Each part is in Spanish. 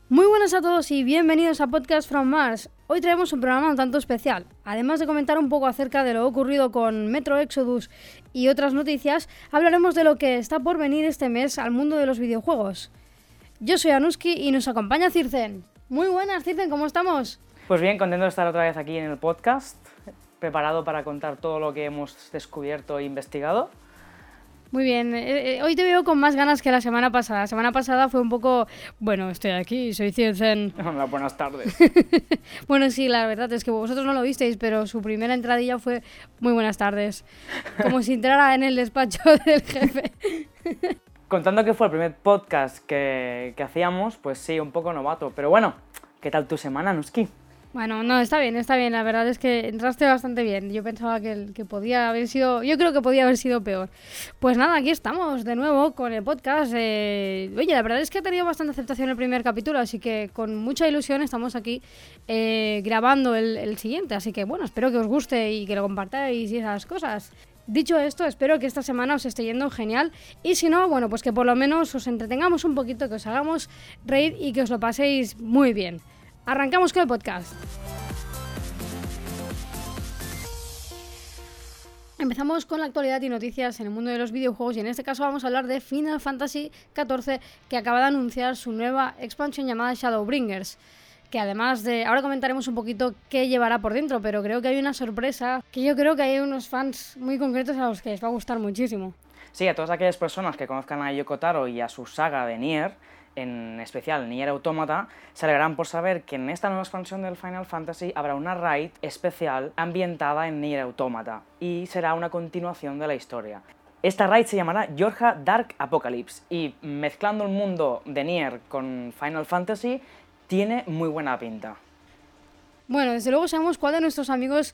Muy buenas a todos y bienvenidos a Podcast from Mars. Hoy traemos un programa un tanto especial. Además de comentar un poco acerca de lo ocurrido con Metro Exodus y otras noticias, hablaremos de lo que está por venir este mes al mundo de los videojuegos. Yo soy Anuski y nos acompaña Circen. Muy buenas, Circen, ¿cómo estamos? Pues bien, contento de estar otra vez aquí en el podcast, preparado para contar todo lo que hemos descubierto e investigado. Muy bien, hoy te veo con más ganas que la semana pasada. La semana pasada fue un poco, bueno, estoy aquí, soy Circen. Hola, buenas tardes. Bueno, sí, la verdad es que vosotros no lo visteis, pero su primera entradilla fue muy buenas tardes. Como si entrara en el despacho del jefe. Contando que fue el primer podcast que hacíamos, pues sí, un poco novato. Pero bueno, ¿qué tal tu semana, Nuski? Bueno, no, está bien, la verdad es que entraste bastante bien. Yo pensaba que podía haber sido, yo creo que podía haber sido peor. Pues nada, aquí estamos de nuevo con el podcast. Oye, la verdad es que ha tenido bastante aceptación el primer capítulo, así que con mucha ilusión estamos aquí grabando el siguiente. Así que bueno, espero que os guste y que lo compartáis y esas cosas. Dicho esto, espero que esta semana os esté yendo genial y si no, bueno, pues que por lo menos os entretengamos un poquito, que os hagamos reír y que os lo paséis muy bien. Arrancamos con el podcast. Empezamos con la actualidad y noticias en el mundo de los videojuegos y en este caso vamos a hablar de Final Fantasy XIV, que acaba de anunciar su nueva expansión llamada Shadowbringers, que además de... Ahora comentaremos un poquito qué llevará por dentro, pero creo que hay una sorpresa que yo creo que hay unos fans muy concretos a los que les va a gustar muchísimo. Sí, a todas aquellas personas que conozcan a Yoko Taro y a su saga de Nier, en especial Nier Automata, se alegrarán por saber que en esta nueva expansión del Final Fantasy habrá una raid especial ambientada en Nier Automata y será una continuación de la historia. Esta raid se llamará Yorha Dark Apocalypse y mezclando el mundo de Nier con Final Fantasy tiene muy buena pinta. Bueno, desde luego sabemos cuál de nuestros amigos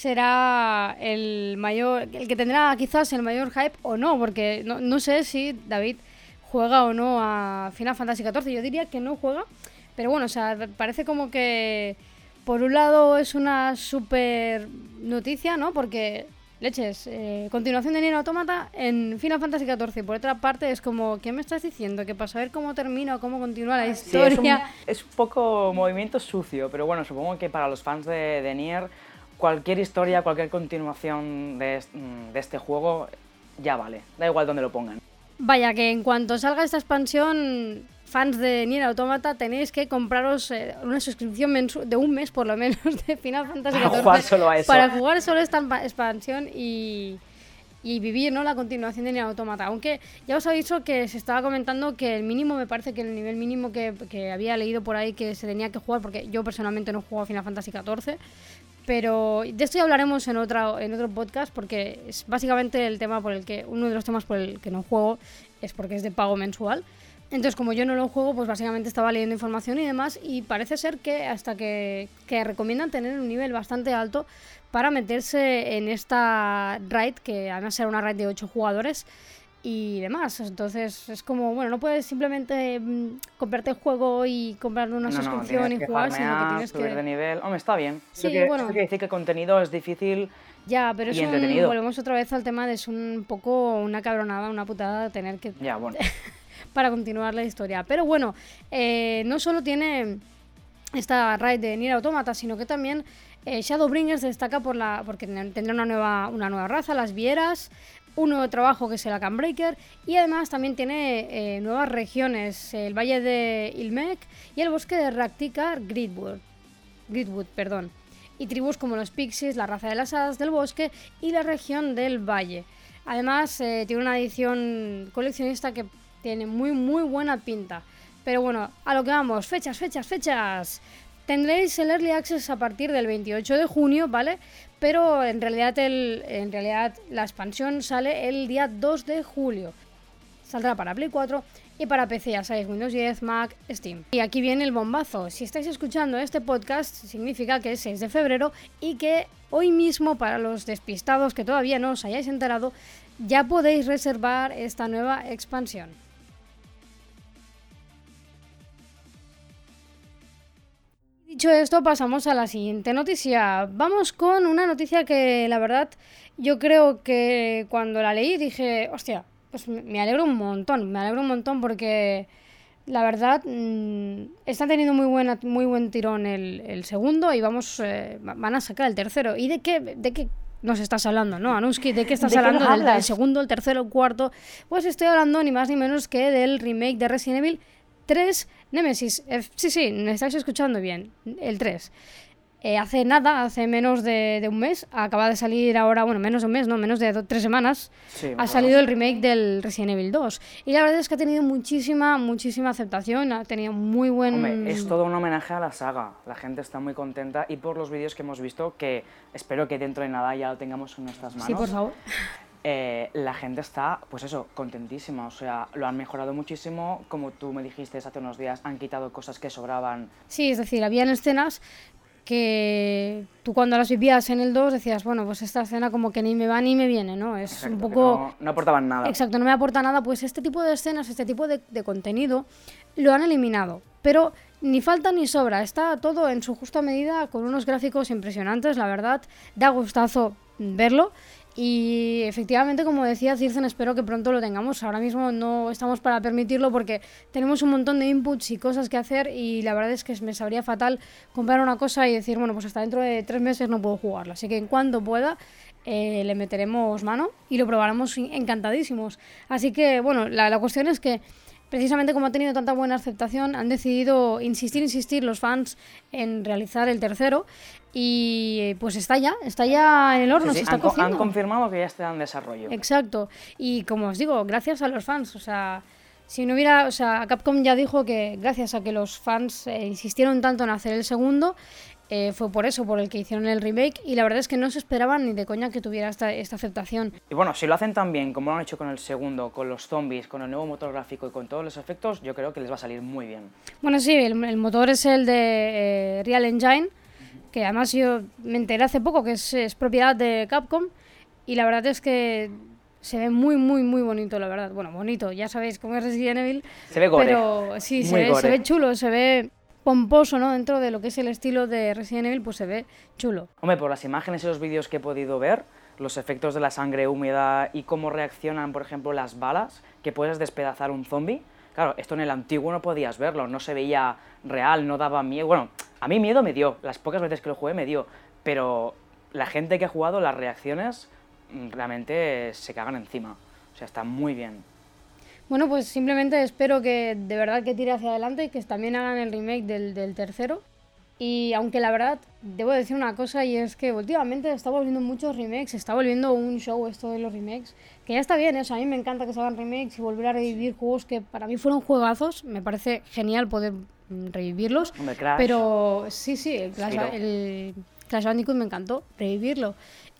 será el que tendrá quizás el mayor hype o no, porque no sé si David juega o no a Final Fantasy XIV. Yo diría que no juega, pero bueno, o sea, parece como que por un lado es una super noticia, ¿no? Porque, leches, continuación de Nier Automata en Final Fantasy XIV. Y por otra parte es como, ¿qué me estás diciendo? Que para saber cómo termina o cómo continúa la historia... Sí, es un poco movimiento sucio, pero bueno, supongo que para los fans de Nier, cualquier historia, cualquier continuación de este juego ya vale, da igual dónde lo pongan. Vaya, que en cuanto salga esta expansión, fans de Nier Automata, tenéis que compraros una suscripción de un mes por lo menos de Final Fantasy XIV para jugar solo a eso. Para jugar solo esta expansión y vivir, ¿no?, la continuación de Nier Automata. Aunque ya os he dicho que se estaba comentando que el mínimo, me parece que el nivel mínimo que había leído por ahí que se tenía que jugar, porque yo personalmente no juego a Final Fantasy XIV, pero de esto ya hablaremos en otro podcast, porque es básicamente uno de los temas por el que no juego es porque es de pago mensual. Entonces, como yo no lo juego, pues básicamente estaba leyendo información y demás, y parece ser que hasta que recomiendan tener un nivel bastante alto para meterse en esta raid, que además será una raid de 8 jugadores y demás. Entonces es como, bueno, no puedes simplemente comprarte el juego y comprar una suscripción y jugar, sino que tienes subir de nivel. Hombre, está bien. Sí, bueno. Eso quiere decir que el contenido es difícil. Ya, pero y entretenido. Volvemos otra vez al tema de es un poco una cabronada, una putada tener que... Ya, bueno. para continuar la historia. Pero bueno, no solo tiene esta raid de Nier Automata, sino que también Shadowbringers destaca porque tendrá una nueva raza, las Vieras, un nuevo trabajo que es el Akan Breaker, y además también tiene nuevas regiones, el Valle de Ilmek y el Bosque de Raktika Gridwood, y tribus como los Pixies, la raza de las hadas del bosque y la región del Valle. Además tiene una edición coleccionista que tiene muy muy buena pinta. Pero bueno, a lo que vamos, fechas. Tendréis el Early Access a partir del 28 de junio, ¿vale? Pero en realidad la expansión sale el día 2 de julio. Saldrá para Play 4 y para PC, ya sabéis, Windows 10, Mac, Steam. Y aquí viene el bombazo. Si estáis escuchando este podcast, significa que es 6 de febrero y que hoy mismo, para los despistados que todavía no os hayáis enterado, ya podéis reservar esta nueva expansión. Dicho esto, pasamos a la siguiente noticia. Vamos con una noticia que, la verdad, yo creo que cuando la leí dije, hostia, pues me alegro un montón porque la verdad, está teniendo muy buen tirón el segundo y van a sacar el tercero. ¿Y de qué nos estás hablando, no, Anuski? ¿De qué estás hablando? ¿Del segundo, el tercero, el cuarto? Pues estoy hablando ni más ni menos que del remake de Resident Evil 3 Nemesis. Sí, me estáis escuchando bien, el 3. Hace menos de un mes, acaba de salir ahora, bueno, menos de un mes, no, menos de 3 semanas, sí, ha salido el remake del Resident Evil 2. Y la verdad es que ha tenido muchísima aceptación, ha tenido muy buen... Hombre, es todo un homenaje a la saga, la gente está muy contenta y por los vídeos que hemos visto, que espero que dentro de nada ya lo tengamos en nuestras manos. Sí, por favor. La gente está, pues eso, contentísima, o sea, lo han mejorado muchísimo, como tú me dijiste hace unos días, han quitado cosas que sobraban. Sí, es decir, habían escenas que tú cuando las vivías en el 2 decías, bueno, pues esta escena como que ni me va ni me viene, ¿no? Es exacto, un poco... No aportaban nada. Exacto, no me aporta nada, pues este tipo de escenas, este tipo de contenido lo han eliminado, pero ni falta ni sobra, está todo en su justa medida con unos gráficos impresionantes, la verdad, da gustazo verlo. Y efectivamente, como decía Circen, espero que pronto lo tengamos. Ahora mismo no estamos para permitirlo porque tenemos un montón de inputs y cosas que hacer y la verdad es que me sabría fatal comprar una cosa y decir, bueno, pues hasta dentro de 3 meses no puedo jugarla. Así que en cuanto pueda le meteremos mano y lo probaremos encantadísimos. Así que, bueno, la cuestión es que precisamente como ha tenido tanta buena aceptación, han decidido insistir los fans en realizar el tercero y pues está ya en el horno, sí, se está cociendo. Han confirmado que ya está en desarrollo. Exacto, y como os digo, gracias a los fans, o sea, si no hubiera, o sea, Capcom ya dijo que gracias a que los fans insistieron tanto en hacer el segundo, fue por eso, por el que hicieron el remake, y la verdad es que no se esperaban ni de coña que tuviera esta aceptación. Y bueno, si lo hacen tan bien como lo han hecho con el segundo, con los zombies, con el nuevo motor gráfico y con todos los efectos, yo creo que les va a salir muy bien. Bueno, sí, el motor es el de Real Engine, que además yo me enteré hace poco que es propiedad de Capcom, y la verdad es que se ve muy bonito, la verdad. Bueno, bonito, ya sabéis cómo es Resident Evil. Se ve gore. Pero sí, se ve chulo, se ve pomposo, ¿no? Dentro de lo que es el estilo de Resident Evil, pues se ve chulo. Hombre, por las imágenes y los vídeos que he podido ver, los efectos de la sangre húmeda y cómo reaccionan, por ejemplo, las balas, que puedes despedazar un zombie. Claro, esto en el antiguo no podías verlo, no se veía real, no daba miedo. Bueno, a mí miedo me dio, las pocas veces que lo jugué me dio, pero la gente que ha jugado, las reacciones realmente se cagan encima. O sea, está muy bien. Bueno, pues simplemente espero que de verdad que tire hacia adelante y que también hagan el remake del tercero. Y aunque la verdad, debo decir una cosa, y es que últimamente está volviendo muchos remakes, está volviendo un show esto de los remakes, que ya está bien, o sea, a mí me encanta que se hagan remakes y volver a revivir juegos que para mí fueron juegazos, me parece genial poder revivirlos. Hombre, Crash. Pero sí, el Crash Bandicoot me encantó revivirlo.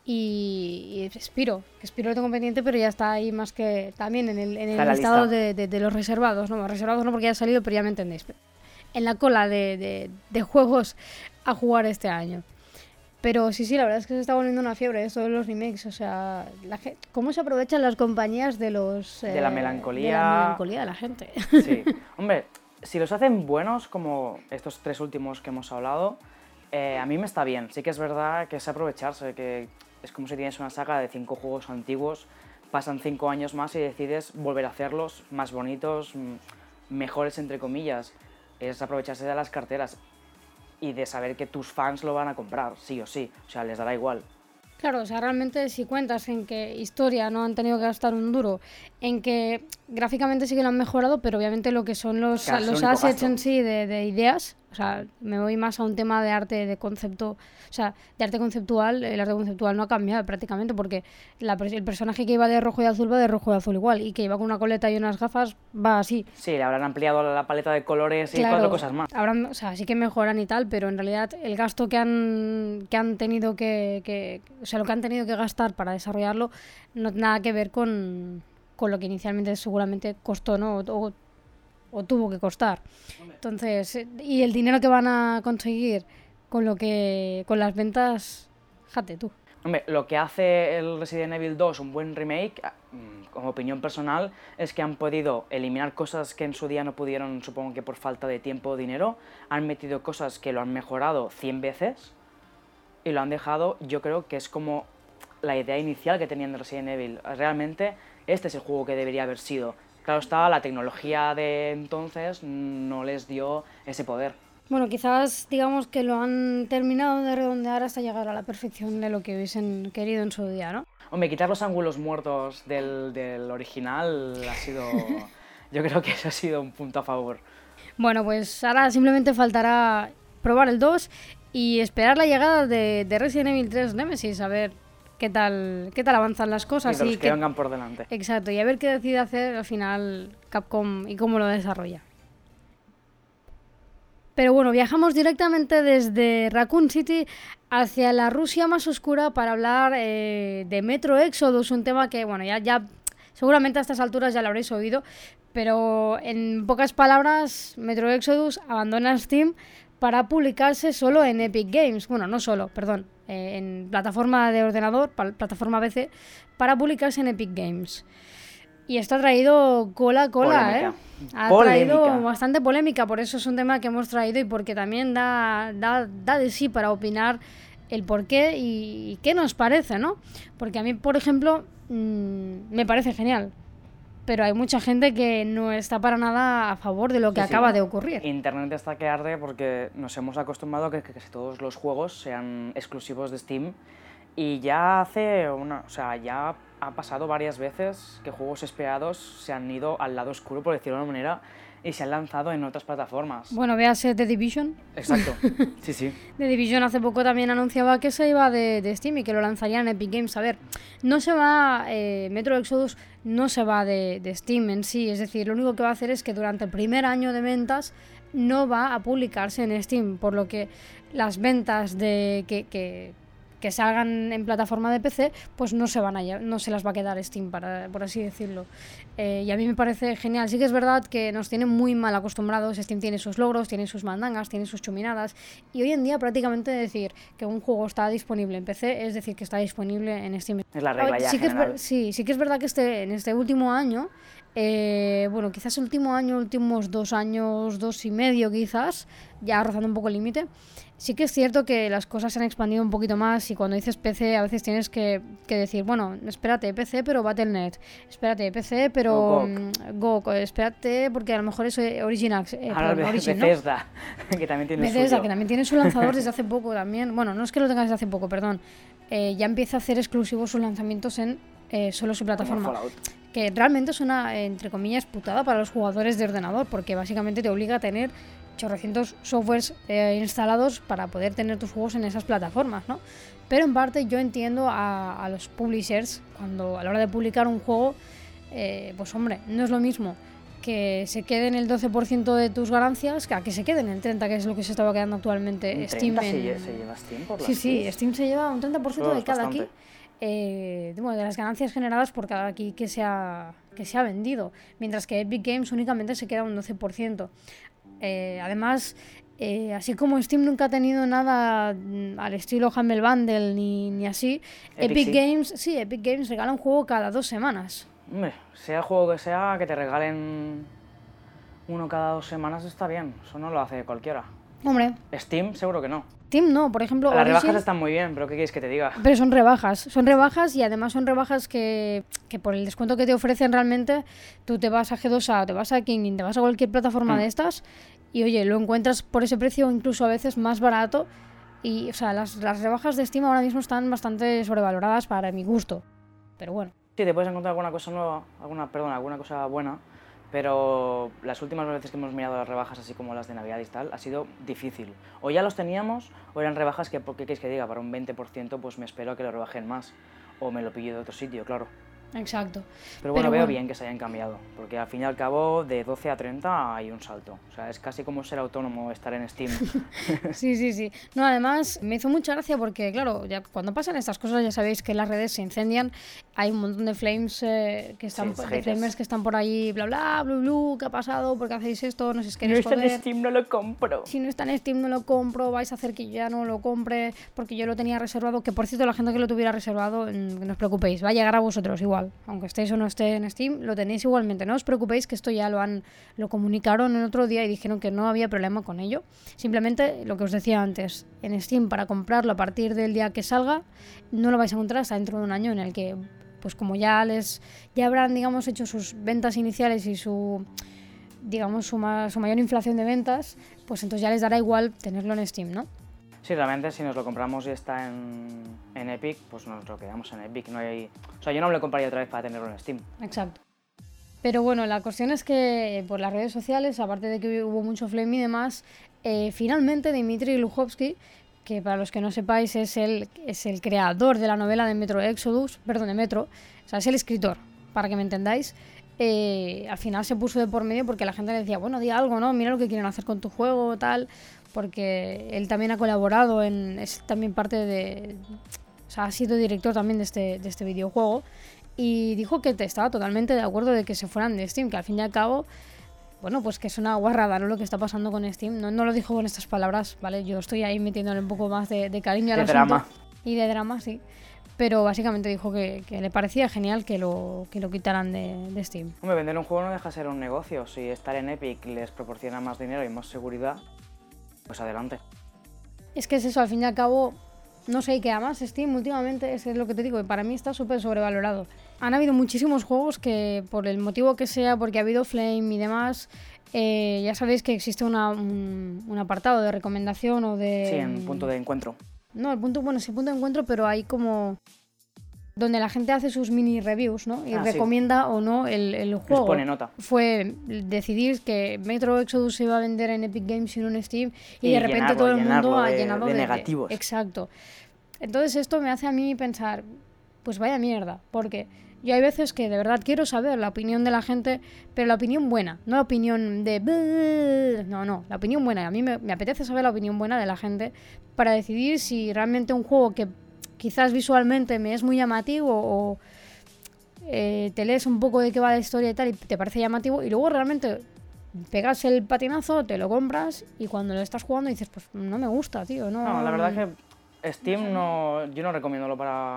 Y Spyro lo tengo pendiente, pero ya está ahí más que también en el listado de los reservados, no porque ya ha salido, pero ya me entendéis. En la cola de juegos a jugar este año. Pero sí, la verdad es que se está volviendo una fiebre esto de los remakes, o sea, cómo se aprovechan las compañías de la melancolía de la gente. Sí, hombre, si los hacen buenos como estos 3 últimos que hemos hablado, a mí me está bien. Sí que es verdad que es aprovecharse, que es como si tienes una saga de 5 juegos antiguos, pasan 5 años más y decides volver a hacerlos más bonitos, mejores entre comillas. Es aprovecharse de las carteras y de saber que tus fans lo van a comprar, sí o sí, o sea, les dará igual. Claro, o sea, realmente si cuentas en que historia no han tenido que gastar un duro, en que gráficamente sí que lo han mejorado, pero obviamente lo que son los assets en sí de ideas, o sea, me voy más a un tema de arte de concepto, o sea, de arte conceptual, el arte conceptual no ha cambiado prácticamente porque el personaje que iba de rojo y azul va de rojo y azul igual, y que iba con una coleta y unas gafas va así. Sí, le habrán ampliado la paleta de colores y 4 cosas más. O sea, sí que mejoran y tal, pero en realidad el gasto que han tenido o sea, lo que han tenido que gastar para desarrollarlo no tiene nada que ver con lo que inicialmente seguramente costó, ¿no? O tuvo que costar. Entonces, y el dinero que van a conseguir con las ventas, jate tú. Hombre, lo que hace el Resident Evil 2 un buen remake, como opinión personal, es que han podido eliminar cosas que en su día no pudieron, supongo que por falta de tiempo o dinero, han metido cosas que lo han mejorado 100 veces y lo han dejado, yo creo que es como la idea inicial que tenían de Resident Evil. Realmente, este es el juego que debería haber sido. Claro está, la tecnología de entonces no les dio ese poder. Bueno, quizás digamos que lo han terminado de redondear hasta llegar a la perfección de lo que hubiesen querido en su día, ¿no? Hombre, quitar los ángulos muertos del original ha sido... Yo creo que eso ha sido un punto a favor. Bueno, pues ahora simplemente faltará probar el 2 y esperar la llegada de Resident Evil 3 Nemesis, a ver qué tal avanzan las cosas. Y de los que vengan por delante. Exacto, y a ver qué decide hacer al final Capcom y cómo lo desarrolla. Pero bueno, viajamos directamente desde Raccoon City hacia la Rusia más oscura para hablar de Metro Exodus, un tema que, bueno, ya seguramente a estas alturas ya lo habréis oído, pero en pocas palabras, Metro Exodus abandona Steam para publicarse solo en Epic Games. Bueno, no solo, perdón, en plataforma de ordenador, plataforma PC, para publicarse en Epic Games. Y esto ha traído Polémica. Traído bastante polémica, por eso es un tema que hemos traído y porque también da de sí para opinar el por qué y qué nos parece, ¿no? Porque a mí, por ejemplo, me parece genial, pero hay mucha gente que no está para nada a favor de lo que acaba de ocurrir. Internet está que arde porque nos hemos acostumbrado a que todos los juegos sean exclusivos de Steam y ya ya ha pasado varias veces que juegos esperados se han ido al lado oscuro, por decirlo de una manera, y se han lanzado en otras plataformas. Bueno, véase The Division. Exacto, sí. The Division hace poco también anunciaba que se iba de Steam y que lo lanzarían en Epic Games. A ver, no se va, Metro Exodus no se va de Steam en sí, es decir, lo único que va a hacer es que durante el primer año de ventas no va a publicarse en Steam, por lo que las ventas que salgan en plataforma de PC, pues no se las va a quedar Steam, por así decirlo. Y a mí me parece genial. Sí que es verdad que nos tienen muy mal acostumbrados. Steam tiene sus logros, tiene sus mandangas, tiene sus chuminadas. Y hoy en día prácticamente decir que un juego está disponible en PC es decir que está disponible en Steam. Es la regla ya general. Sí que es verdad que en este último año, bueno, quizás el último año, últimos 2 años, 2 y medio quizás, ya rozando un poco el límite, sí que es cierto que las cosas se han expandido un poquito más y cuando dices PC a veces tienes que decir, bueno, espérate, PC pero Battle.net, espérate, PC pero GOG, espérate porque a lo mejor es Origin, Bethesda, ¿no? Que también tiene Bethesda, que también tiene su lanzador desde hace poco también, bueno, no es que lo tenga desde hace poco, perdón, ya empieza a hacer exclusivos sus lanzamientos en solo su plataforma. Que realmente es una, entre comillas, putada para los jugadores de ordenador, porque básicamente te obliga a tener chorrocientos softwares instalados para poder tener tus juegos en esas plataformas, ¿no? Pero en parte yo entiendo a los publishers cuando a la hora de publicar un juego, pues hombre, no es lo mismo que se queden el 12% de tus ganancias que a que se queden el 30%, que es lo que se estaba quedando actualmente Steam. ¿Se lleva Steam por las Sí, Steam se lleva un 30% de cada bastante. key. De las ganancias generadas por cada key que se ha vendido, mientras que Epic Games únicamente se queda un 12%. Además, así como Steam nunca ha tenido nada al estilo Humble Bundle ni así, Epic Games regala un juego cada 2 semanas. Hombre, sea el juego que sea, que te regalen uno cada 2 semanas está bien, eso no lo hace cualquiera. Hombre, Steam seguro que no. Steam no, por ejemplo, Las Origin, rebajas están muy bien, pero ¿qué quieres que te diga? pero son rebajas y además son rebajas que por el descuento que te ofrecen realmente tú te vas a G2A, te vas a King, te vas a cualquier plataforma de estas y oye, lo encuentras por ese precio incluso a veces más barato y o sea, las rebajas de Steam ahora mismo están bastante sobrevaloradas para mi gusto, pero bueno. Sí, te puedes encontrar alguna cosa nueva, alguna cosa buena, pero las últimas veces que hemos mirado las rebajas, así como las de Navidad y tal, ha sido difícil. O ya los teníamos, o eran rebajas que, ¿qué queréis que diga? Para un 20% pues me espero a que lo rebajen más, o me lo pillo de otro sitio, claro. Exacto. Pero bueno, veo bien que se hayan cambiado, porque al fin y al cabo de 12 a 30 hay un salto. O sea, es casi como ser autónomo estar en Steam. Sí. No, además me hizo mucha gracia porque, claro, ya cuando pasan estas cosas ya sabéis que las redes se incendian. Hay un montón de flames de flamers que están por ahí, bla, bla, blu, blu, ¿qué ha pasado? ¿Por qué hacéis esto? ¿Nos queréis joder? No está en Steam, no lo compro. Si no está en Steam, no lo compro. Vais a hacer que yo ya no lo compre porque yo lo tenía reservado. Que por cierto, la gente que lo tuviera reservado, no os preocupéis, va a llegar a vosotros igual. Aunque estéis o no esté en Steam, lo tenéis igualmente. No os preocupéis que esto ya lo comunicaron en otro día y dijeron que no había problema con ello. Simplemente lo que os decía antes, en Steam para comprarlo a partir del día que salga, no lo vais a encontrar hasta dentro de un año en el que pues como ya habrán, digamos, hecho sus ventas iniciales y su mayor inflación de ventas, pues entonces ya les dará igual tenerlo en Steam, ¿no? Sí, realmente si nos lo compramos y está en Epic, pues nos lo quedamos en Epic. O sea, yo no me lo compraría otra vez para tenerlo en Steam. Exacto. Pero bueno, la cuestión es que por las redes sociales, aparte de que hubo mucho flame y demás, finalmente Dmitry Glukhovsky, que para los que no sepáis es el creador de la novela de Metro, o sea, es el escritor, para que me entendáis, al final se puso de por medio porque la gente le decía, bueno, di algo, ¿no? Mira lo que quieren hacer con tu juego, tal, porque él también ha colaborado, es también parte de... O sea, ha sido director también de este videojuego. Y dijo que estaba totalmente de acuerdo de que se fueran de Steam, que al fin y al cabo, bueno, pues que es una guarrada, ¿no? Lo que está pasando con Steam. No lo dijo con estas palabras, ¿vale? Yo estoy ahí metiéndole un poco más de cariño al asunto. Drama. Y de drama, sí. Pero básicamente dijo que le parecía genial que lo quitaran de Steam. Hombre, vender un juego no deja de ser un negocio. Si estar en Epic les proporciona más dinero y más seguridad, pues adelante. Es que es eso, al fin y al cabo... No sé, y que además Steam últimamente, es lo que te digo, para mí está súper sobrevalorado. Han habido muchísimos juegos que, por el motivo que sea, porque ha habido flame y demás, ya sabéis que existe un apartado de recomendación o de... Sí, en punto de encuentro. No, punto de encuentro, pero hay como... donde la gente hace sus mini reviews, ¿no? Y recomienda o no el juego. Les pone nota. Fue decidir que Metro Exodus se iba a vender en Epic Games y no en Steam, y de repente todo el mundo ha llenado de negativos. Exacto. Entonces esto me hace a mí pensar, pues vaya mierda, porque yo hay veces que de verdad quiero saber la opinión de la gente, pero la opinión buena, no la opinión de... No, la opinión buena. A mí me apetece saber la opinión buena de la gente para decidir si realmente un juego que quizás visualmente me es muy llamativo o te lees un poco de qué va la historia y tal y te parece llamativo y luego realmente pegas el patinazo, te lo compras y cuando lo estás jugando dices, pues no me gusta, tío. No, la verdad es que Steam yo no lo recomiendo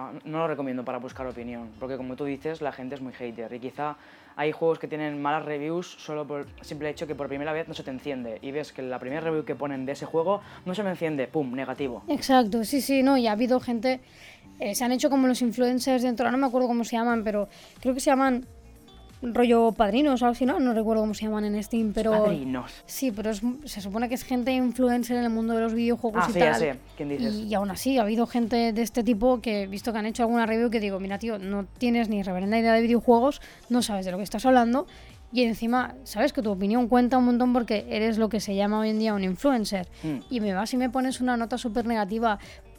para buscar opinión, porque como tú dices, la gente es muy hater y quizá hay juegos que tienen malas reviews solo por el simple hecho que por primera vez no se te enciende y ves que la primera review que ponen de ese juego no se me enciende, ¡pum!, negativo. Exacto, sí, no, y ha habido gente, se han hecho como los influencers dentro, no me acuerdo cómo se llaman, pero creo que se llaman rollo padrinos o algo así, no recuerdo cómo se llaman en Steam, pero... Padrinos. Sí, pero se supone que es gente influencer en el mundo de los videojuegos y sí, tal. Ya sé, ¿quién dices? Y aún así ha habido gente de este tipo que he visto que han hecho alguna review que digo, mira tío, no tienes ni reverenda idea de videojuegos, no sabes de lo que estás hablando y encima sabes que tu opinión cuenta un montón porque eres lo que se llama hoy en día un influencer. Y me vas y me pones una nota súper negativa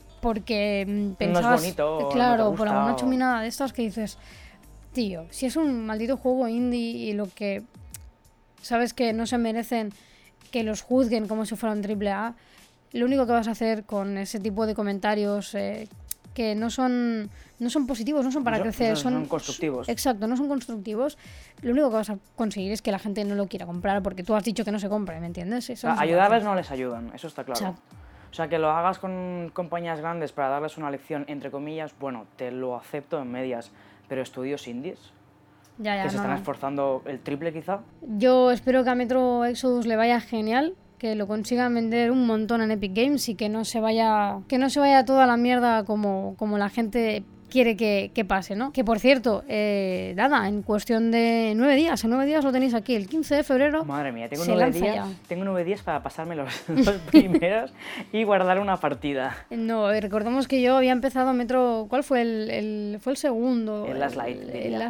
porque pensabas... No es bonito, claro, no te gusta, por alguna chuminada de estas que dices... Tío, si es un maldito juego indie y lo que sabes que no se merecen que los juzguen como si fuera un AAA, lo único que vas a hacer con ese tipo de comentarios que no son positivos, no son para crecer, son constructivos. Exacto, no son constructivos. Lo único que vas a conseguir es que la gente no lo quiera comprar porque tú has dicho que no se compre, ¿me entiendes? Eso ayudarles no les ayudan, eso está claro. Exacto. O sea, que lo hagas con compañías grandes para darles una lección, entre comillas, bueno, te lo acepto en medias. Pero estudios indies, que se están esforzando el triple quizá. Yo espero que a Metro Exodus le vaya genial, que lo consigan vender un montón en Epic Games y que no se vaya toda la mierda como la gente quiere que pase, ¿no? Que por cierto, nada, en cuestión de 9 días, en 9 días lo tenéis aquí, el 15 de febrero. Madre mía, tengo 9 días para pasarme los primeros y guardar una partida. No, recordemos que yo había empezado Metro, ¿cuál fue fue el segundo? El Last Light,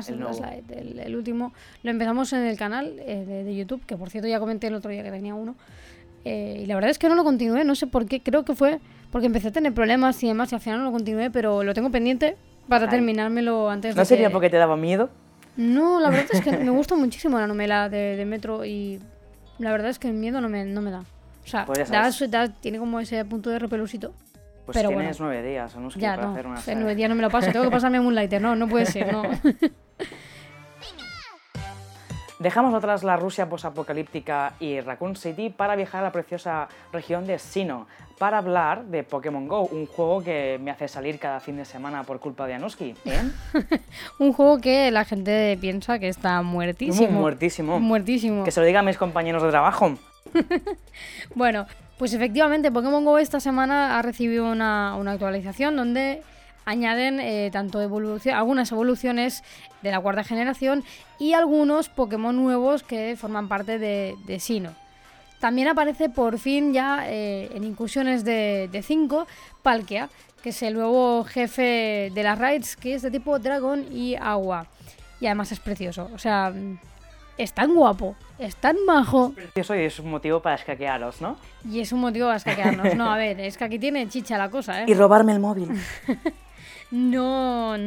el último. Lo empezamos en el canal de YouTube, que por cierto ya comenté el otro día que tenía uno. Y la verdad es que no lo continué, no sé por qué, creo que fue porque empecé a tener problemas y demás y al final no lo continué, pero lo tengo pendiente para terminármelo antes de ¿No sería porque te daba miedo? No, la verdad es que me gusta muchísimo la novela de Metro y la verdad es que el miedo no me da. O sea, pues tiene como ese punto de repelusito. Pues pero tienes 9 días, ¿no? Ya, para no, hacer una en 9 días no me lo paso, tengo que pasarme Moonlighter, no puede ser, no. Dejamos atrás la Rusia posapocalíptica y Raccoon City para viajar a la preciosa región de Sinnoh, para hablar de Pokémon GO, un juego que me hace salir cada fin de semana por culpa de Anuski, Un juego que la gente piensa que está muertísimo. Muertísimo. Que se lo diga a mis compañeros de trabajo. Bueno, pues efectivamente Pokémon GO esta semana ha recibido una actualización donde añaden tanto algunas evoluciones de la cuarta generación y algunos Pokémon nuevos que forman parte de Sinnoh. También aparece por fin ya en incursiones de 5 Palkia, que es el nuevo jefe de las raids, que es de tipo dragón y agua. Y además es precioso, o sea, es tan guapo, es tan majo. Precioso y es un motivo para escaquearos, ¿no? Y es un motivo para escaquearnos. No, a ver, es que aquí tiene chicha la cosa, ¿eh? Y robarme el móvil. No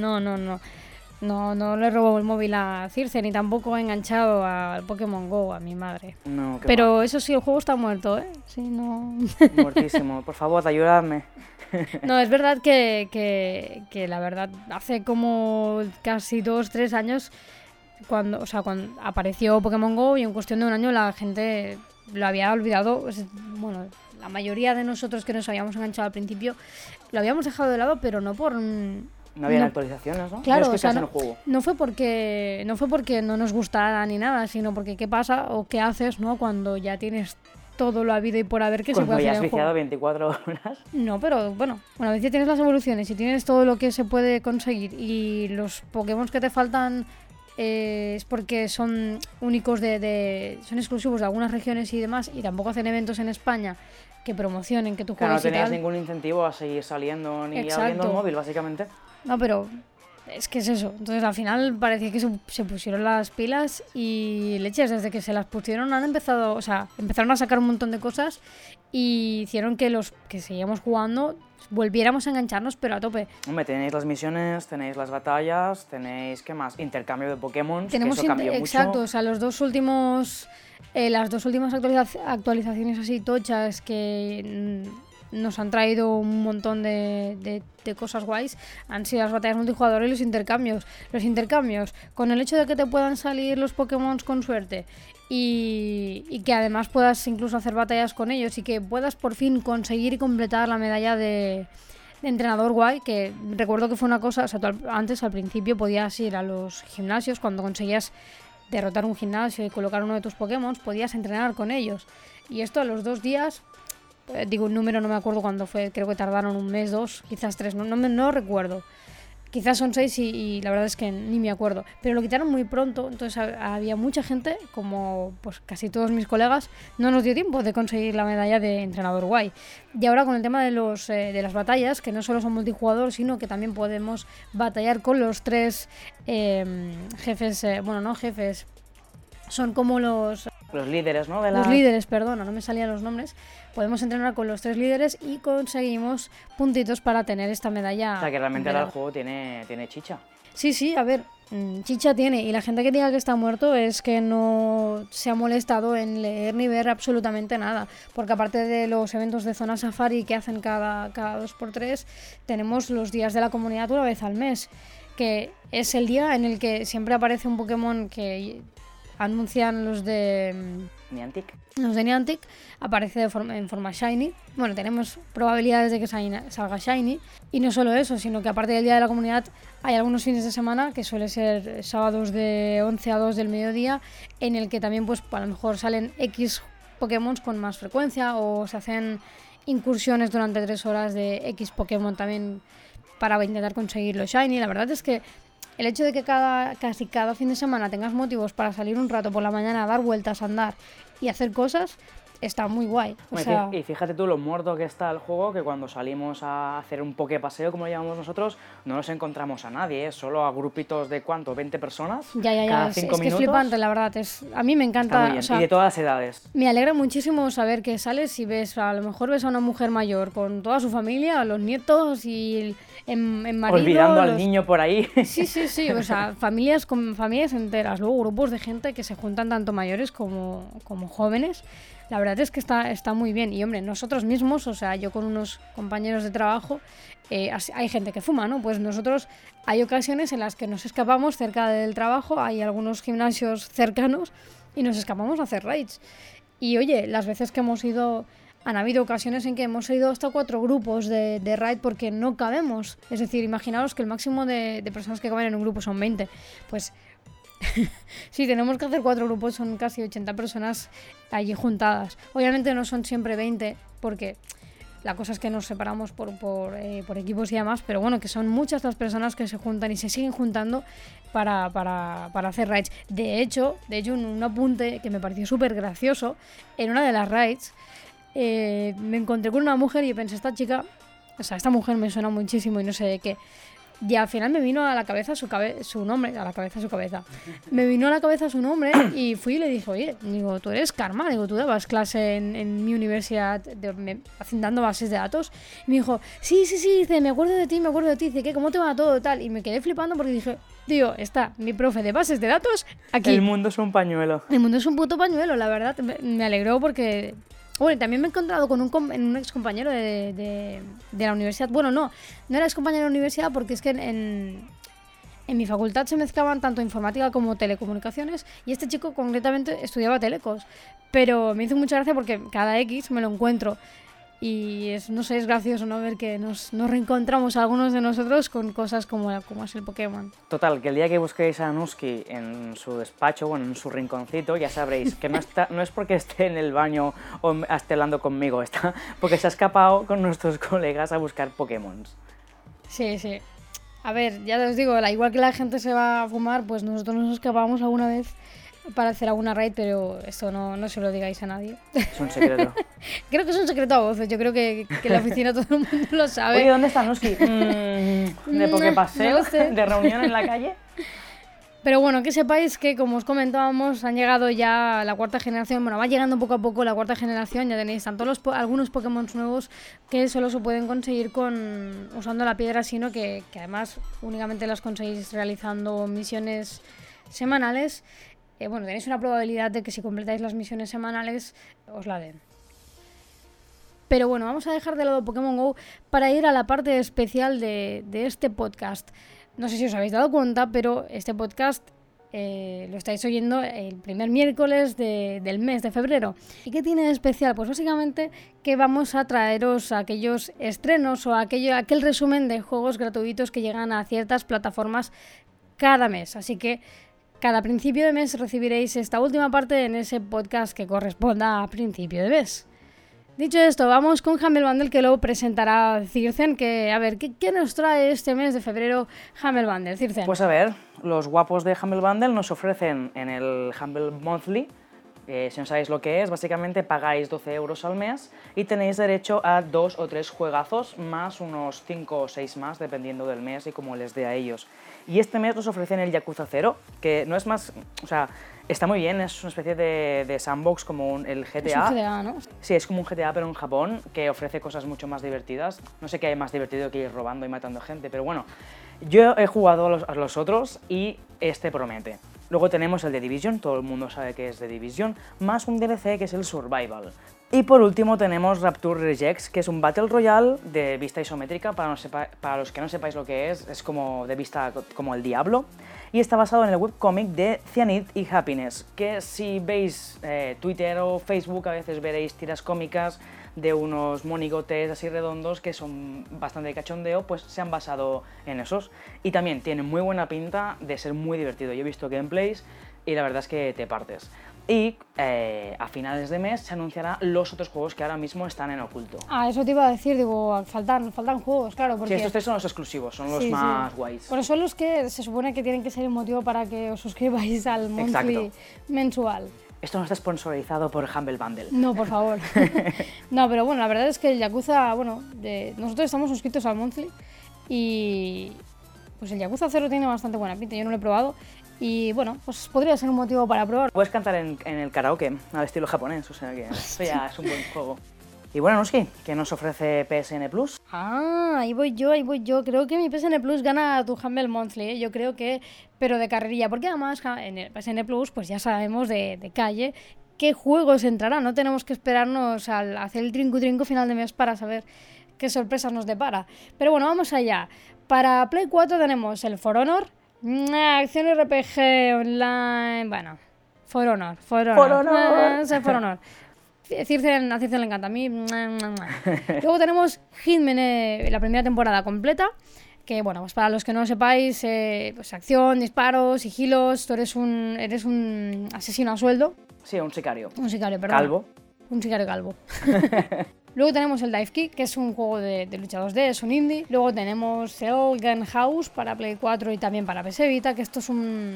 le robo el móvil a Circe, ni tampoco he enganchado al Pokémon GO, a mi madre. No, pero eso sí, el juego está muerto, ¿eh? Sí, no... Muertísimo. Por favor, ayúdame. No, es verdad que la verdad, hace como casi 2-3 años, cuando apareció Pokémon GO y en cuestión de un año la gente lo había olvidado. Bueno, la mayoría de nosotros que nos habíamos enganchado al principio lo habíamos dejado de lado, pero no por... No había actualizaciones, ¿no? Claro, o sea, no, el juego. no fue porque no nos gustara ni nada, sino porque qué pasa o qué haces, ¿no? Cuando ya tienes todo lo habido y por haber que se puede hacer en el juego. ¿Cuando ya has viciado 24 horas? No, pero bueno, una vez que tienes las evoluciones y tienes todo lo que se puede conseguir y los Pokémon que te faltan es porque son únicos son exclusivos de algunas regiones y demás, y tampoco hacen eventos en España que promocionen que tú juegues. No tenías ningún incentivo a seguir saliendo ni abriendo el móvil, básicamente. No, pero es que es eso. Entonces al final parecía que se pusieron las pilas y leches, desde que se las pusieron empezaron a sacar un montón de cosas y hicieron que los que seguíamos jugando volviéramos a engancharnos, pero a tope. Hombre, tenéis las misiones, tenéis las batallas, tenéis, ¿qué más? Intercambio de Pokémon, que eso cambió mucho. Exacto, o sea, las dos últimas actualizaciones así tochas que nos han traído un montón de cosas guays han sido las batallas multijugador y los intercambios. Los intercambios, con el hecho de que te puedan salir los Pokémon con suerte y que además puedas incluso hacer batallas con ellos y que puedas por fin conseguir y completar la medalla de entrenador guay, que recuerdo que fue una cosa, o sea, antes al principio podías ir a los gimnasios, cuando conseguías derrotar un gimnasio y colocar uno de tus Pokémon, podías entrenar con ellos. Y esto a los 2 días... digo un número, no me acuerdo cuándo fue, creo que tardaron 1 mes, 2, quizás 3, no recuerdo. Quizás son 6 y la verdad es que ni me acuerdo. Pero lo quitaron muy pronto, entonces había mucha gente, como pues casi todos mis colegas, no nos dio tiempo de conseguir la medalla de entrenador guay. Y ahora con el tema de las batallas, que no solo son multijugador, sino que también podemos batallar con los 3 jefes, son como los líderes, ¿no? Los líderes, perdona, no me salían los nombres. Podemos entrenar con los 3 líderes y conseguimos puntitos para tener esta medalla. O sea, que realmente ahora el juego tiene chicha. Sí, a ver, chicha tiene. Y la gente que diga que está muerto es que no se ha molestado en leer ni ver absolutamente nada. Porque aparte de los eventos de zona safari que hacen cada 2x3, tenemos los días de la comunidad una vez al mes. Que es el día en el que siempre aparece un Pokémon que anuncian los de Niantic. Los de Niantic, aparece en forma shiny. Bueno, tenemos probabilidades de que salga shiny. Y no solo eso, sino que aparte del Día de la Comunidad hay algunos fines de semana, que suele ser sábados de 11 a 2 del mediodía, en el que también pues a lo mejor salen X Pokémon con más frecuencia o se hacen incursiones durante 3 horas de X Pokémon también para intentar conseguir los shiny. La verdad es que el hecho de que casi cada fin de semana tengas motivos para salir un rato por la mañana a dar vueltas, a andar y hacer cosas, está muy guay. Y fíjate tú lo muerto que está el juego, que cuando salimos a hacer un pokepaseo, como lo llamamos nosotros, no nos encontramos a nadie, solo a grupitos de ¿cuánto? ¿20 personas? Ya, cada 5 minutos. Que es flipante, la verdad. A mí me encanta. Está muy bien. Y de todas las edades. Me alegra muchísimo saber que sales y a lo mejor ves a una mujer mayor con toda su familia, los nietos y en marido, olvidando al niño por ahí. Sí, o sea, familias enteras, luego grupos de gente que se juntan tanto mayores como jóvenes. La verdad es que está muy bien. Y hombre, nosotros mismos, o sea, yo con unos compañeros de trabajo, hay gente que fuma, ¿no? Pues nosotros hay ocasiones en las que nos escapamos cerca del trabajo, hay algunos gimnasios cercanos y nos escapamos a hacer raids. Y oye, las veces que hemos ido, han habido ocasiones en que hemos ido hasta 4 grupos de raid porque no cabemos. Es decir, imaginaos que el máximo de personas que caben en un grupo son 20. Pues si tenemos que hacer 4 grupos, son casi 80 personas allí juntadas. Obviamente no son siempre 20, porque La cosa es que nos separamos por equipos y demás, pero bueno, que son muchas las personas que se juntan y se siguen juntando para hacer raids. De hecho, un apunte que me pareció súper gracioso, en una de las raids me encontré con una mujer y pensé, esta mujer me suena muchísimo y no sé de qué. Y al final me vino a la cabeza su nombre, Me vino a la cabeza su nombre y fui y le dije, oye, digo, tú eres Karma, digo, tú dabas clase en mi universidad dando bases de datos. Y me dijo, sí, dice, me acuerdo de ti, dice, ¿qué? ¿Cómo te va todo? Tal. Y me quedé flipando porque dije, tío, está mi profe de bases de datos aquí. El mundo es un pañuelo. El mundo es un puto pañuelo, la verdad. Me alegró porque... Bueno, también me he encontrado con un ex compañero de la universidad. Bueno, no era ex compañero de la universidad porque es que en mi facultad se mezclaban tanto informática como telecomunicaciones y este chico concretamente estudiaba telecos. Pero me hizo mucha gracia porque cada X me lo encuentro y no sé, es gracioso, ¿no? Ver que nos reencontramos algunos de nosotros con cosas como es el Pokémon. Total, que el día que busquéis a Nusky en su despacho, bueno, en su rinconcito, ya sabréis que no es porque esté en el baño o esté hablando conmigo, está porque se ha escapado con nuestros colegas a buscar Pokémon. Sí. A ver, ya os digo, igual que la gente se va a fumar, pues nosotros nos escapamos alguna vez para hacer alguna raid, pero esto no se lo digáis a nadie. Es un secreto. Creo que es un secreto a voces, yo creo que en la oficina todo el mundo lo sabe. Oye, ¿dónde está Nusky? ¿De Poképaseo? No sé. ¿De reunión en la calle? Pero bueno, que sepáis que, como os comentábamos, han llegado ya la cuarta generación. Bueno, va llegando poco a poco la cuarta generación. Ya tenéis tanto algunos Pokémon nuevos que solo se pueden conseguir usando la piedra sino que además únicamente las conseguís realizando misiones semanales. Bueno, tenéis una probabilidad de que si completáis las misiones semanales os la den. Pero bueno, vamos a dejar de lado Pokémon GO para ir a la parte especial de este podcast. No sé si os habéis dado cuenta, pero este podcast lo estáis oyendo el primer miércoles del mes de febrero. ¿Y qué tiene de especial? Pues básicamente que vamos a traeros aquellos estrenos o aquel resumen de juegos gratuitos que llegan a ciertas plataformas cada mes. Así que cada principio de mes recibiréis esta última parte en ese podcast que corresponda a principio de mes. Dicho esto, vamos con Humble Bundle, que lo presentará Circen, que a ver, ¿qué nos trae este mes de febrero Humble Bundle, Circen? Pues a ver, los guapos de Humble Bundle nos ofrecen en el Humble Monthly, si no sabéis lo que es, básicamente pagáis 12 euros al mes y tenéis derecho a 2 o 3 juegazos, más unos 5 o 6 más, dependiendo del mes y cómo les dé a ellos. Y este mes nos ofrecen el Yakuza 0, que no es más, o sea, está muy bien, es una especie de sandbox como el GTA. Es un GTA, ¿no? Sí, es como un GTA pero en Japón, que ofrece cosas mucho más divertidas. No sé qué hay más divertido que ir robando y matando gente, pero bueno, yo he jugado a los otros y este promete. Luego tenemos el The Division, todo el mundo sabe que es The Division, más un DLC que es el Survival. Y por último tenemos Rapture Rejects, que es un Battle Royale de vista isométrica, para los que no sepáis lo que es como de vista como el Diablo, y está basado en el webcomic de Cyanide y Happiness, que si veis Twitter o Facebook a veces veréis tiras cómicas de unos monigotes así redondos que son bastante cachondeo, pues se han basado en esos. Y también tiene muy buena pinta de ser muy divertido. Yo he visto gameplays y la verdad es que te partes. Y a finales de mes se anunciarán los otros juegos que ahora mismo están en oculto. Ah, eso te iba a decir, digo, faltan juegos, claro, porque... Sí, estos tres son los exclusivos, son los más guays. Bueno, son los que se supone que tienen que ser el motivo para que os suscribáis al monthly mensual. Esto no está sponsorizado por Humble Bundle. No, por favor. No, pero bueno, la verdad es que el Yakuza, bueno, nosotros estamos suscritos al monthly y pues el Yakuza 0 tiene bastante buena pinta, yo no lo he probado. Y bueno, pues podría ser un motivo para probar. Puedes cantar en el karaoke, al estilo japonés, o sea que esto ya es un buen juego. Y bueno, Nusky, ¿qué nos ofrece PSN Plus? Ah, ahí voy yo. Creo que mi PSN Plus gana a tu Humble Monthly, ¿eh? Yo creo que, pero de carrerilla, porque además en el PSN Plus pues ya sabemos de calle qué juegos entrarán. No tenemos que esperarnos al hacer el trinco final de mes para saber qué sorpresas nos depara. Pero bueno, vamos allá. Para Play 4 tenemos el For Honor, acción RPG online, bueno, For Honor. For Honor. A Circen le encanta, a mí. Luego tenemos Hitman, la primera temporada completa, que bueno, pues para los que no lo sepáis, pues acción, disparos, sigilos, tú eres un asesino a sueldo. Sí, un sicario. Un sicario, perdón. Calvo. Un sicario calvo. Luego tenemos el Dive Kick, que es un juego de lucha 2D, es un indie. Luego tenemos Cell Gun House para Play 4 y también para PS Vita, que esto es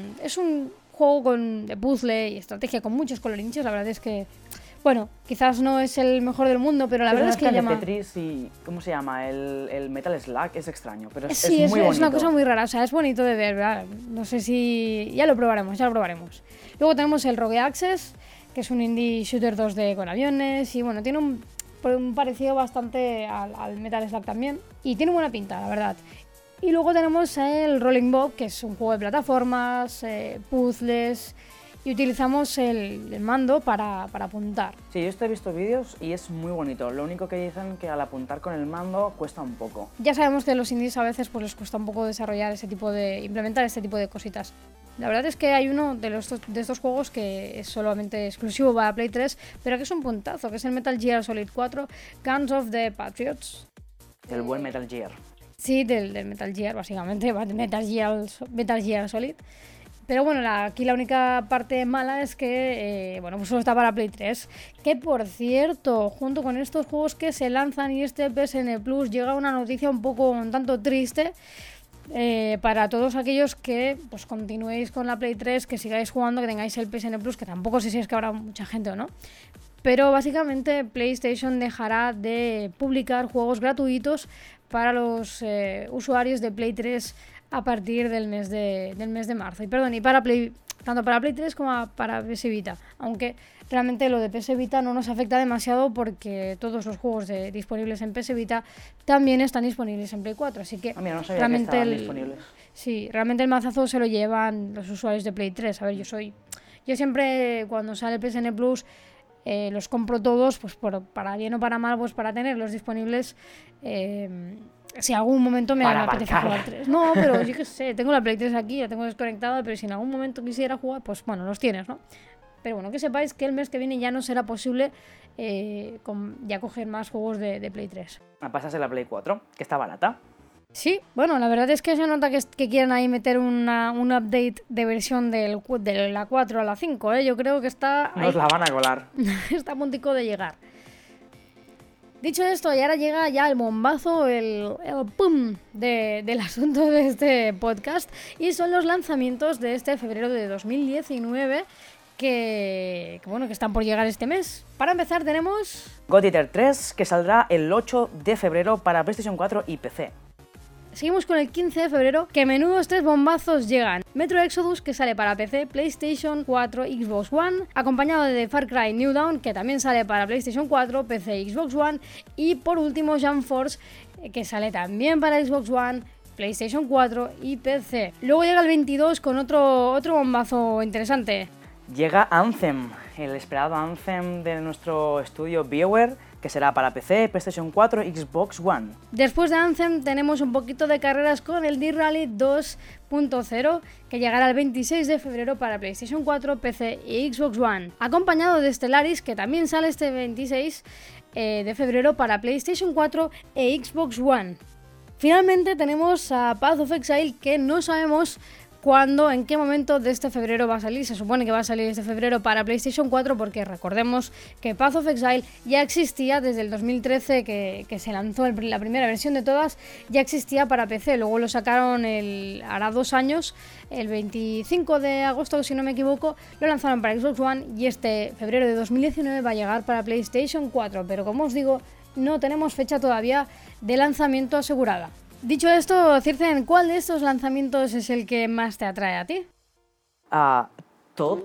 un juego de puzzle y estrategia con muchos colorinchos. La verdad es que, bueno, quizás no es el mejor del mundo, pero la verdad es que llama... Tetris y, ¿cómo se llama? El Metal Slug es extraño, pero es sí, muy bonito. Es una cosa muy rara, o sea, es bonito de ver, ¿verdad? No sé si... Ya lo probaremos. Luego tenemos el Rogue Access, que es un indie shooter 2D con aviones y, bueno, tiene un parecido bastante al Metal Slug también y tiene buena pinta, la verdad. Y luego tenemos el Rolling Bob, que es un juego de plataformas, puzzles, y utilizamos el mando para apuntar. Sí, yo he visto vídeos y es muy bonito. Lo único que dicen que al apuntar con el mando cuesta un poco. Ya sabemos que a los indies a veces pues les cuesta un poco implementar este tipo de cositas. La verdad es que hay uno de estos juegos que es solamente exclusivo para Play 3, pero que es un puntazo, que es el Metal Gear Solid 4 Guns of the Patriots. El buen Metal Gear. Sí, del Metal Gear, básicamente, Metal Gear Solid. Pero bueno, aquí la única parte mala es que, pues solo está para Play 3. Que por cierto, junto con estos juegos que se lanzan y este PSN Plus, llega una noticia un tanto triste para todos aquellos que pues continuéis con la Play 3, que sigáis jugando, que tengáis el PSN Plus, que tampoco sé si es que habrá mucha gente o no. Pero básicamente PlayStation dejará de publicar juegos gratuitos para los usuarios de Play 3 a partir del mes de marzo. Y tanto para Play 3 como para PS Vita. Aunque realmente lo de PS Vita no nos afecta demasiado porque todos los juegos disponibles en PS Vita también están disponibles en Play 4. Así que no sabía que estaban disponibles. Sí, realmente el mazazo se lo llevan los usuarios de Play 3. A ver, yo siempre cuando sale el PSN Plus los compro todos, pues para bien o para mal, pues para tenerlos disponibles. Si algún momento me apetece jugar 3. No, pero yo qué sé, tengo la Play 3 aquí, la tengo desconectada, pero si en algún momento quisiera jugar, pues bueno, los tienes, ¿no? Pero bueno, que sepáis que el mes que viene ya no será posible ya coger más juegos de Play 3. Pasas en la Play 4, que está barata. Sí, bueno, la verdad es que se nota que quieren ahí meter un update de versión de la 4 a la 5, ¿eh? Yo creo que está... Nos la van a colar. Está a puntico de llegar. Dicho esto, y ahora llega ya el bombazo, el pum del asunto de este podcast, y son los lanzamientos de este febrero de 2019 que están por llegar este mes. Para empezar tenemos... God Eater 3, que saldrá el 8 de febrero para PlayStation 4 y PC. Seguimos con el 15 de febrero, que menudos 3 bombazos llegan. Metro Exodus, que sale para PC, PlayStation 4, Xbox One, acompañado de Far Cry New Dawn, que también sale para PlayStation 4, PC, Xbox One, y por último Jump Force, que sale también para Xbox One, PlayStation 4 y PC. Luego llega el 22 con otro bombazo interesante. Llega Anthem, el esperado Anthem de nuestro estudio BioWare, que será para PC, PlayStation 4 y Xbox One. Después de Anthem tenemos un poquito de carreras con el Dirt Rally 2.0, que llegará el 26 de febrero para PlayStation 4, PC y Xbox One, acompañado de Stellaris, que también sale este 26 de febrero para PlayStation 4 e Xbox One. Finalmente tenemos a Path of Exile, que no sabemos en qué momento de este febrero va a salir. Se supone que va a salir este febrero para PlayStation 4, porque recordemos que Path of Exile ya existía desde el 2013, que se lanzó la primera versión de todas, ya existía para PC. Luego lo sacaron hará 2 años, el 25 de agosto, si no me equivoco, lo lanzaron para Xbox One, y este febrero de 2019 va a llegar para PlayStation 4, pero como os digo, no tenemos fecha todavía de lanzamiento asegurada. Dicho esto, Circen, ¿cuál de estos lanzamientos es el que más te atrae a ti? Todos.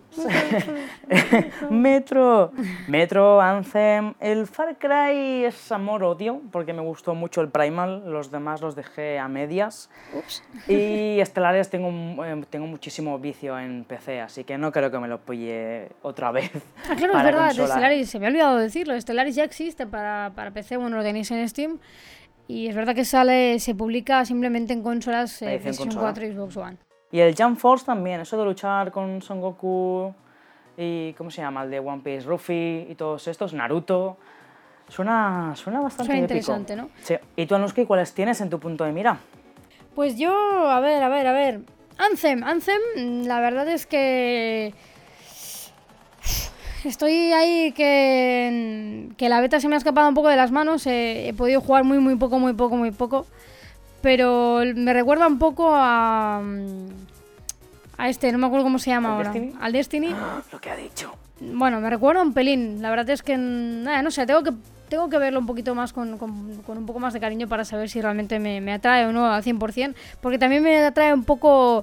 Metro, Anthem, el Far Cry es amor-odio, porque me gustó mucho el Primal, los demás los dejé a medias. Ups. Y Stellaris tengo muchísimo vicio en PC, así que no creo que me lo pille otra vez. Claro, es verdad, Stellaris, se me ha olvidado decirlo, Stellaris ya existe para PC, bueno, lo tenéis en Steam. Y es verdad que se publica simplemente en consolas PlayStation 4 y Xbox One. Y el Jump Force también, eso de luchar con Son Goku y ¿cómo se llama? El de One Piece, Ruffy y todos estos, Naruto. Suena bastante épico. Interesante, ¿no? Sí. ¿Y tú, Anuski, cuáles tienes en tu punto de mira? Pues yo, a ver. Anthem, la verdad es que estoy ahí que la beta se me ha escapado un poco de las manos. He podido jugar muy poco. Pero me recuerda un poco a este, no me acuerdo cómo se llama ahora. ¿Destiny? Al Destiny. Lo que ha dicho. Bueno, me recuerda un pelín. La verdad es que, no sé, tengo que verlo un poquito más con un poco más de cariño para saber si realmente me atrae o no al 100%. Porque también me atrae un poco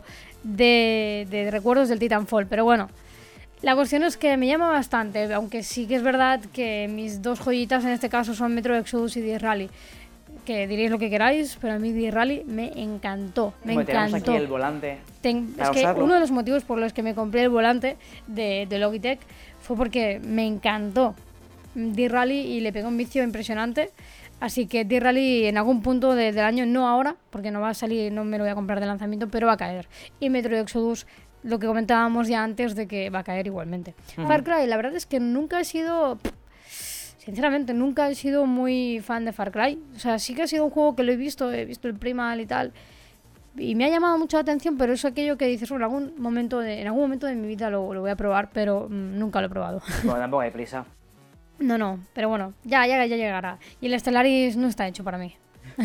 de recuerdos del Titanfall. Pero bueno, la cuestión es que me llama bastante. Aunque sí que es verdad que mis dos joyitas en este caso son Metro Exodus y Death Rally. Que diréis lo que queráis, pero a mí Death Rally me encantó. Tenemos aquí el volante. Es que uno de los motivos por los que me compré el volante de Logitech fue porque me encantó Death Rally y le pegó un vicio impresionante. Así que Death Rally en algún punto del año, no ahora, porque no va a salir, no me lo voy a comprar de lanzamiento, pero va a caer. Y Metro Exodus, lo que comentábamos ya antes de que va a caer igualmente. Far Cry, la verdad es que nunca he sido... Sinceramente, nunca he sido muy fan de Far Cry. O sea, sí que ha sido un juego que lo he visto el Primal y tal. Y me ha llamado mucho la atención, pero es aquello que dices, bueno, en algún momento de mi vida lo voy a probar, pero nunca lo he probado. Bueno, tampoco hay prisa. No, pero bueno, ya llegará. Y el Stellaris no está hecho para mí.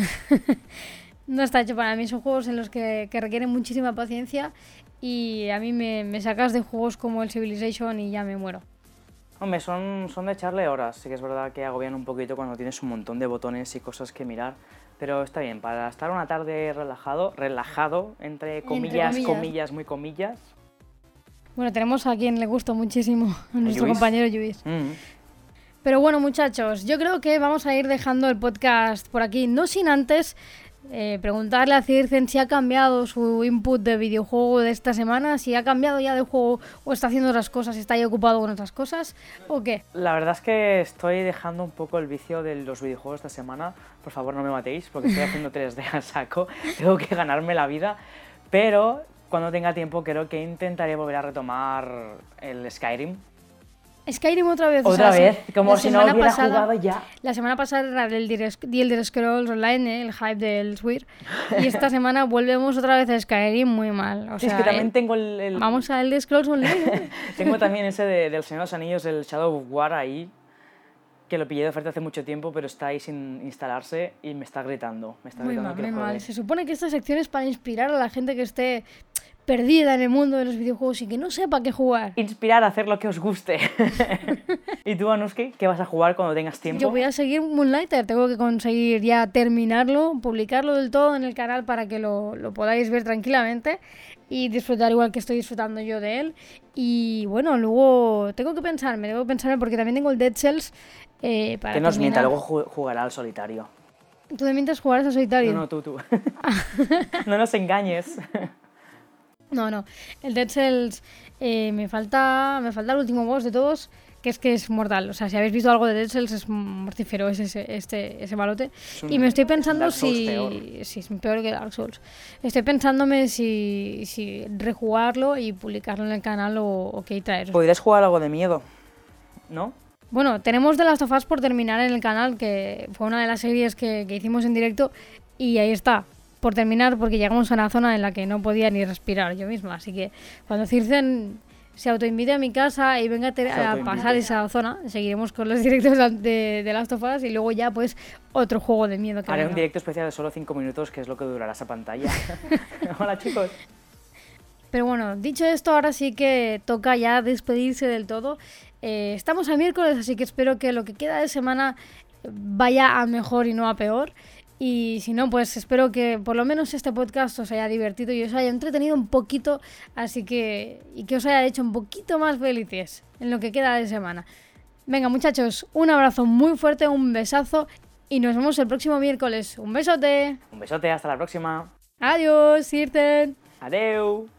No está hecho para mí. Son juegos en los que requieren muchísima paciencia y a mí me sacas de juegos como el Civilization y ya me muero. Hombre, son de echarle horas. Sí que es verdad que agobian un poquito cuando tienes un montón de botones y cosas que mirar. Pero está bien, para estar una tarde relajado, entre comillas, muy comillas. Bueno, tenemos a quien le gustó muchísimo, a nuestro Lluís. compañero Lluís. Pero bueno, muchachos, yo creo que vamos a ir dejando el podcast por aquí, no sin antes preguntarle a Circen si ha cambiado su input de videojuego de esta semana, si ha cambiado ya de juego o está haciendo otras cosas, está ahí ocupado con otras cosas, ¿o qué? La verdad es que estoy dejando un poco el vicio de los videojuegos esta semana. Por favor, no me matéis, porque estoy haciendo 3D a saco. Tengo que ganarme la vida. Pero cuando tenga tiempo creo que intentaré volver a retomar el Skyrim. Skyrim otra vez. Otra vez, como si no hubiera jugado ya. La semana pasada era el Elder Scrolls Online, el hype del Switch. Y esta semana volvemos otra vez a Skyrim muy mal. O sea, es que también tengo el... Vamos a Elder Scrolls Online. Tengo también ese del Señor de los Anillos, el Shadow of War ahí, que lo pillé de oferta hace mucho tiempo, pero está ahí sin instalarse y me está gritando. Muy mal. Se supone que esta sección es para inspirar a la gente que esté perdida en el mundo de los videojuegos y que no sepa qué jugar. Inspirar a hacer lo que os guste. ¿Y tú, Anuski, qué vas a jugar cuando tengas tiempo? Yo voy a seguir Moonlighter, tengo que conseguir ya terminarlo, publicarlo del todo en el canal para que lo podáis ver tranquilamente y disfrutar igual que estoy disfrutando yo de él. Y bueno, luego tengo que pensarme porque también tengo el Dead Cells para que nos terminar. mienta, luego jugará al solitario. ¿Tú te mientas jugar al solitario? No, tú. No nos engañes. No. El Dead Cells me falta el último boss de todos, que es mortal. O sea, si habéis visto algo de Dead Cells es mortífero ese malote. Y me estoy pensando si es peor que Dark Souls. Estoy pensándome si rejugarlo y publicarlo en el canal o qué traer. Podrías jugar algo de miedo, ¿no? Bueno, tenemos The Last of Us por terminar en el canal, que fue una de las series que hicimos en directo, y ahí está, por terminar, porque llegamos a una zona en la que no podía ni respirar yo misma. Así que cuando Circen se autoinvite a mi casa y venga a pasar esa zona, seguiremos con los directos de The Last of Us y luego ya pues otro juego de miedo que haré venga. Un directo especial de solo 5 minutos, que es lo que durará esa pantalla. Hola, chicos. Pero bueno, dicho esto, ahora sí que toca ya despedirse del todo. Estamos a miércoles, así que espero que lo que queda de semana vaya a mejor y no a peor. Y si no, pues espero que por lo menos este podcast os haya divertido y os haya entretenido un poquito, y que os haya hecho un poquito más felices en lo que queda de semana. Venga, muchachos, un abrazo muy fuerte, un besazo y nos vemos el próximo miércoles. ¡Un besote! Un besote, hasta la próxima. Adiós, Circen. Adeu.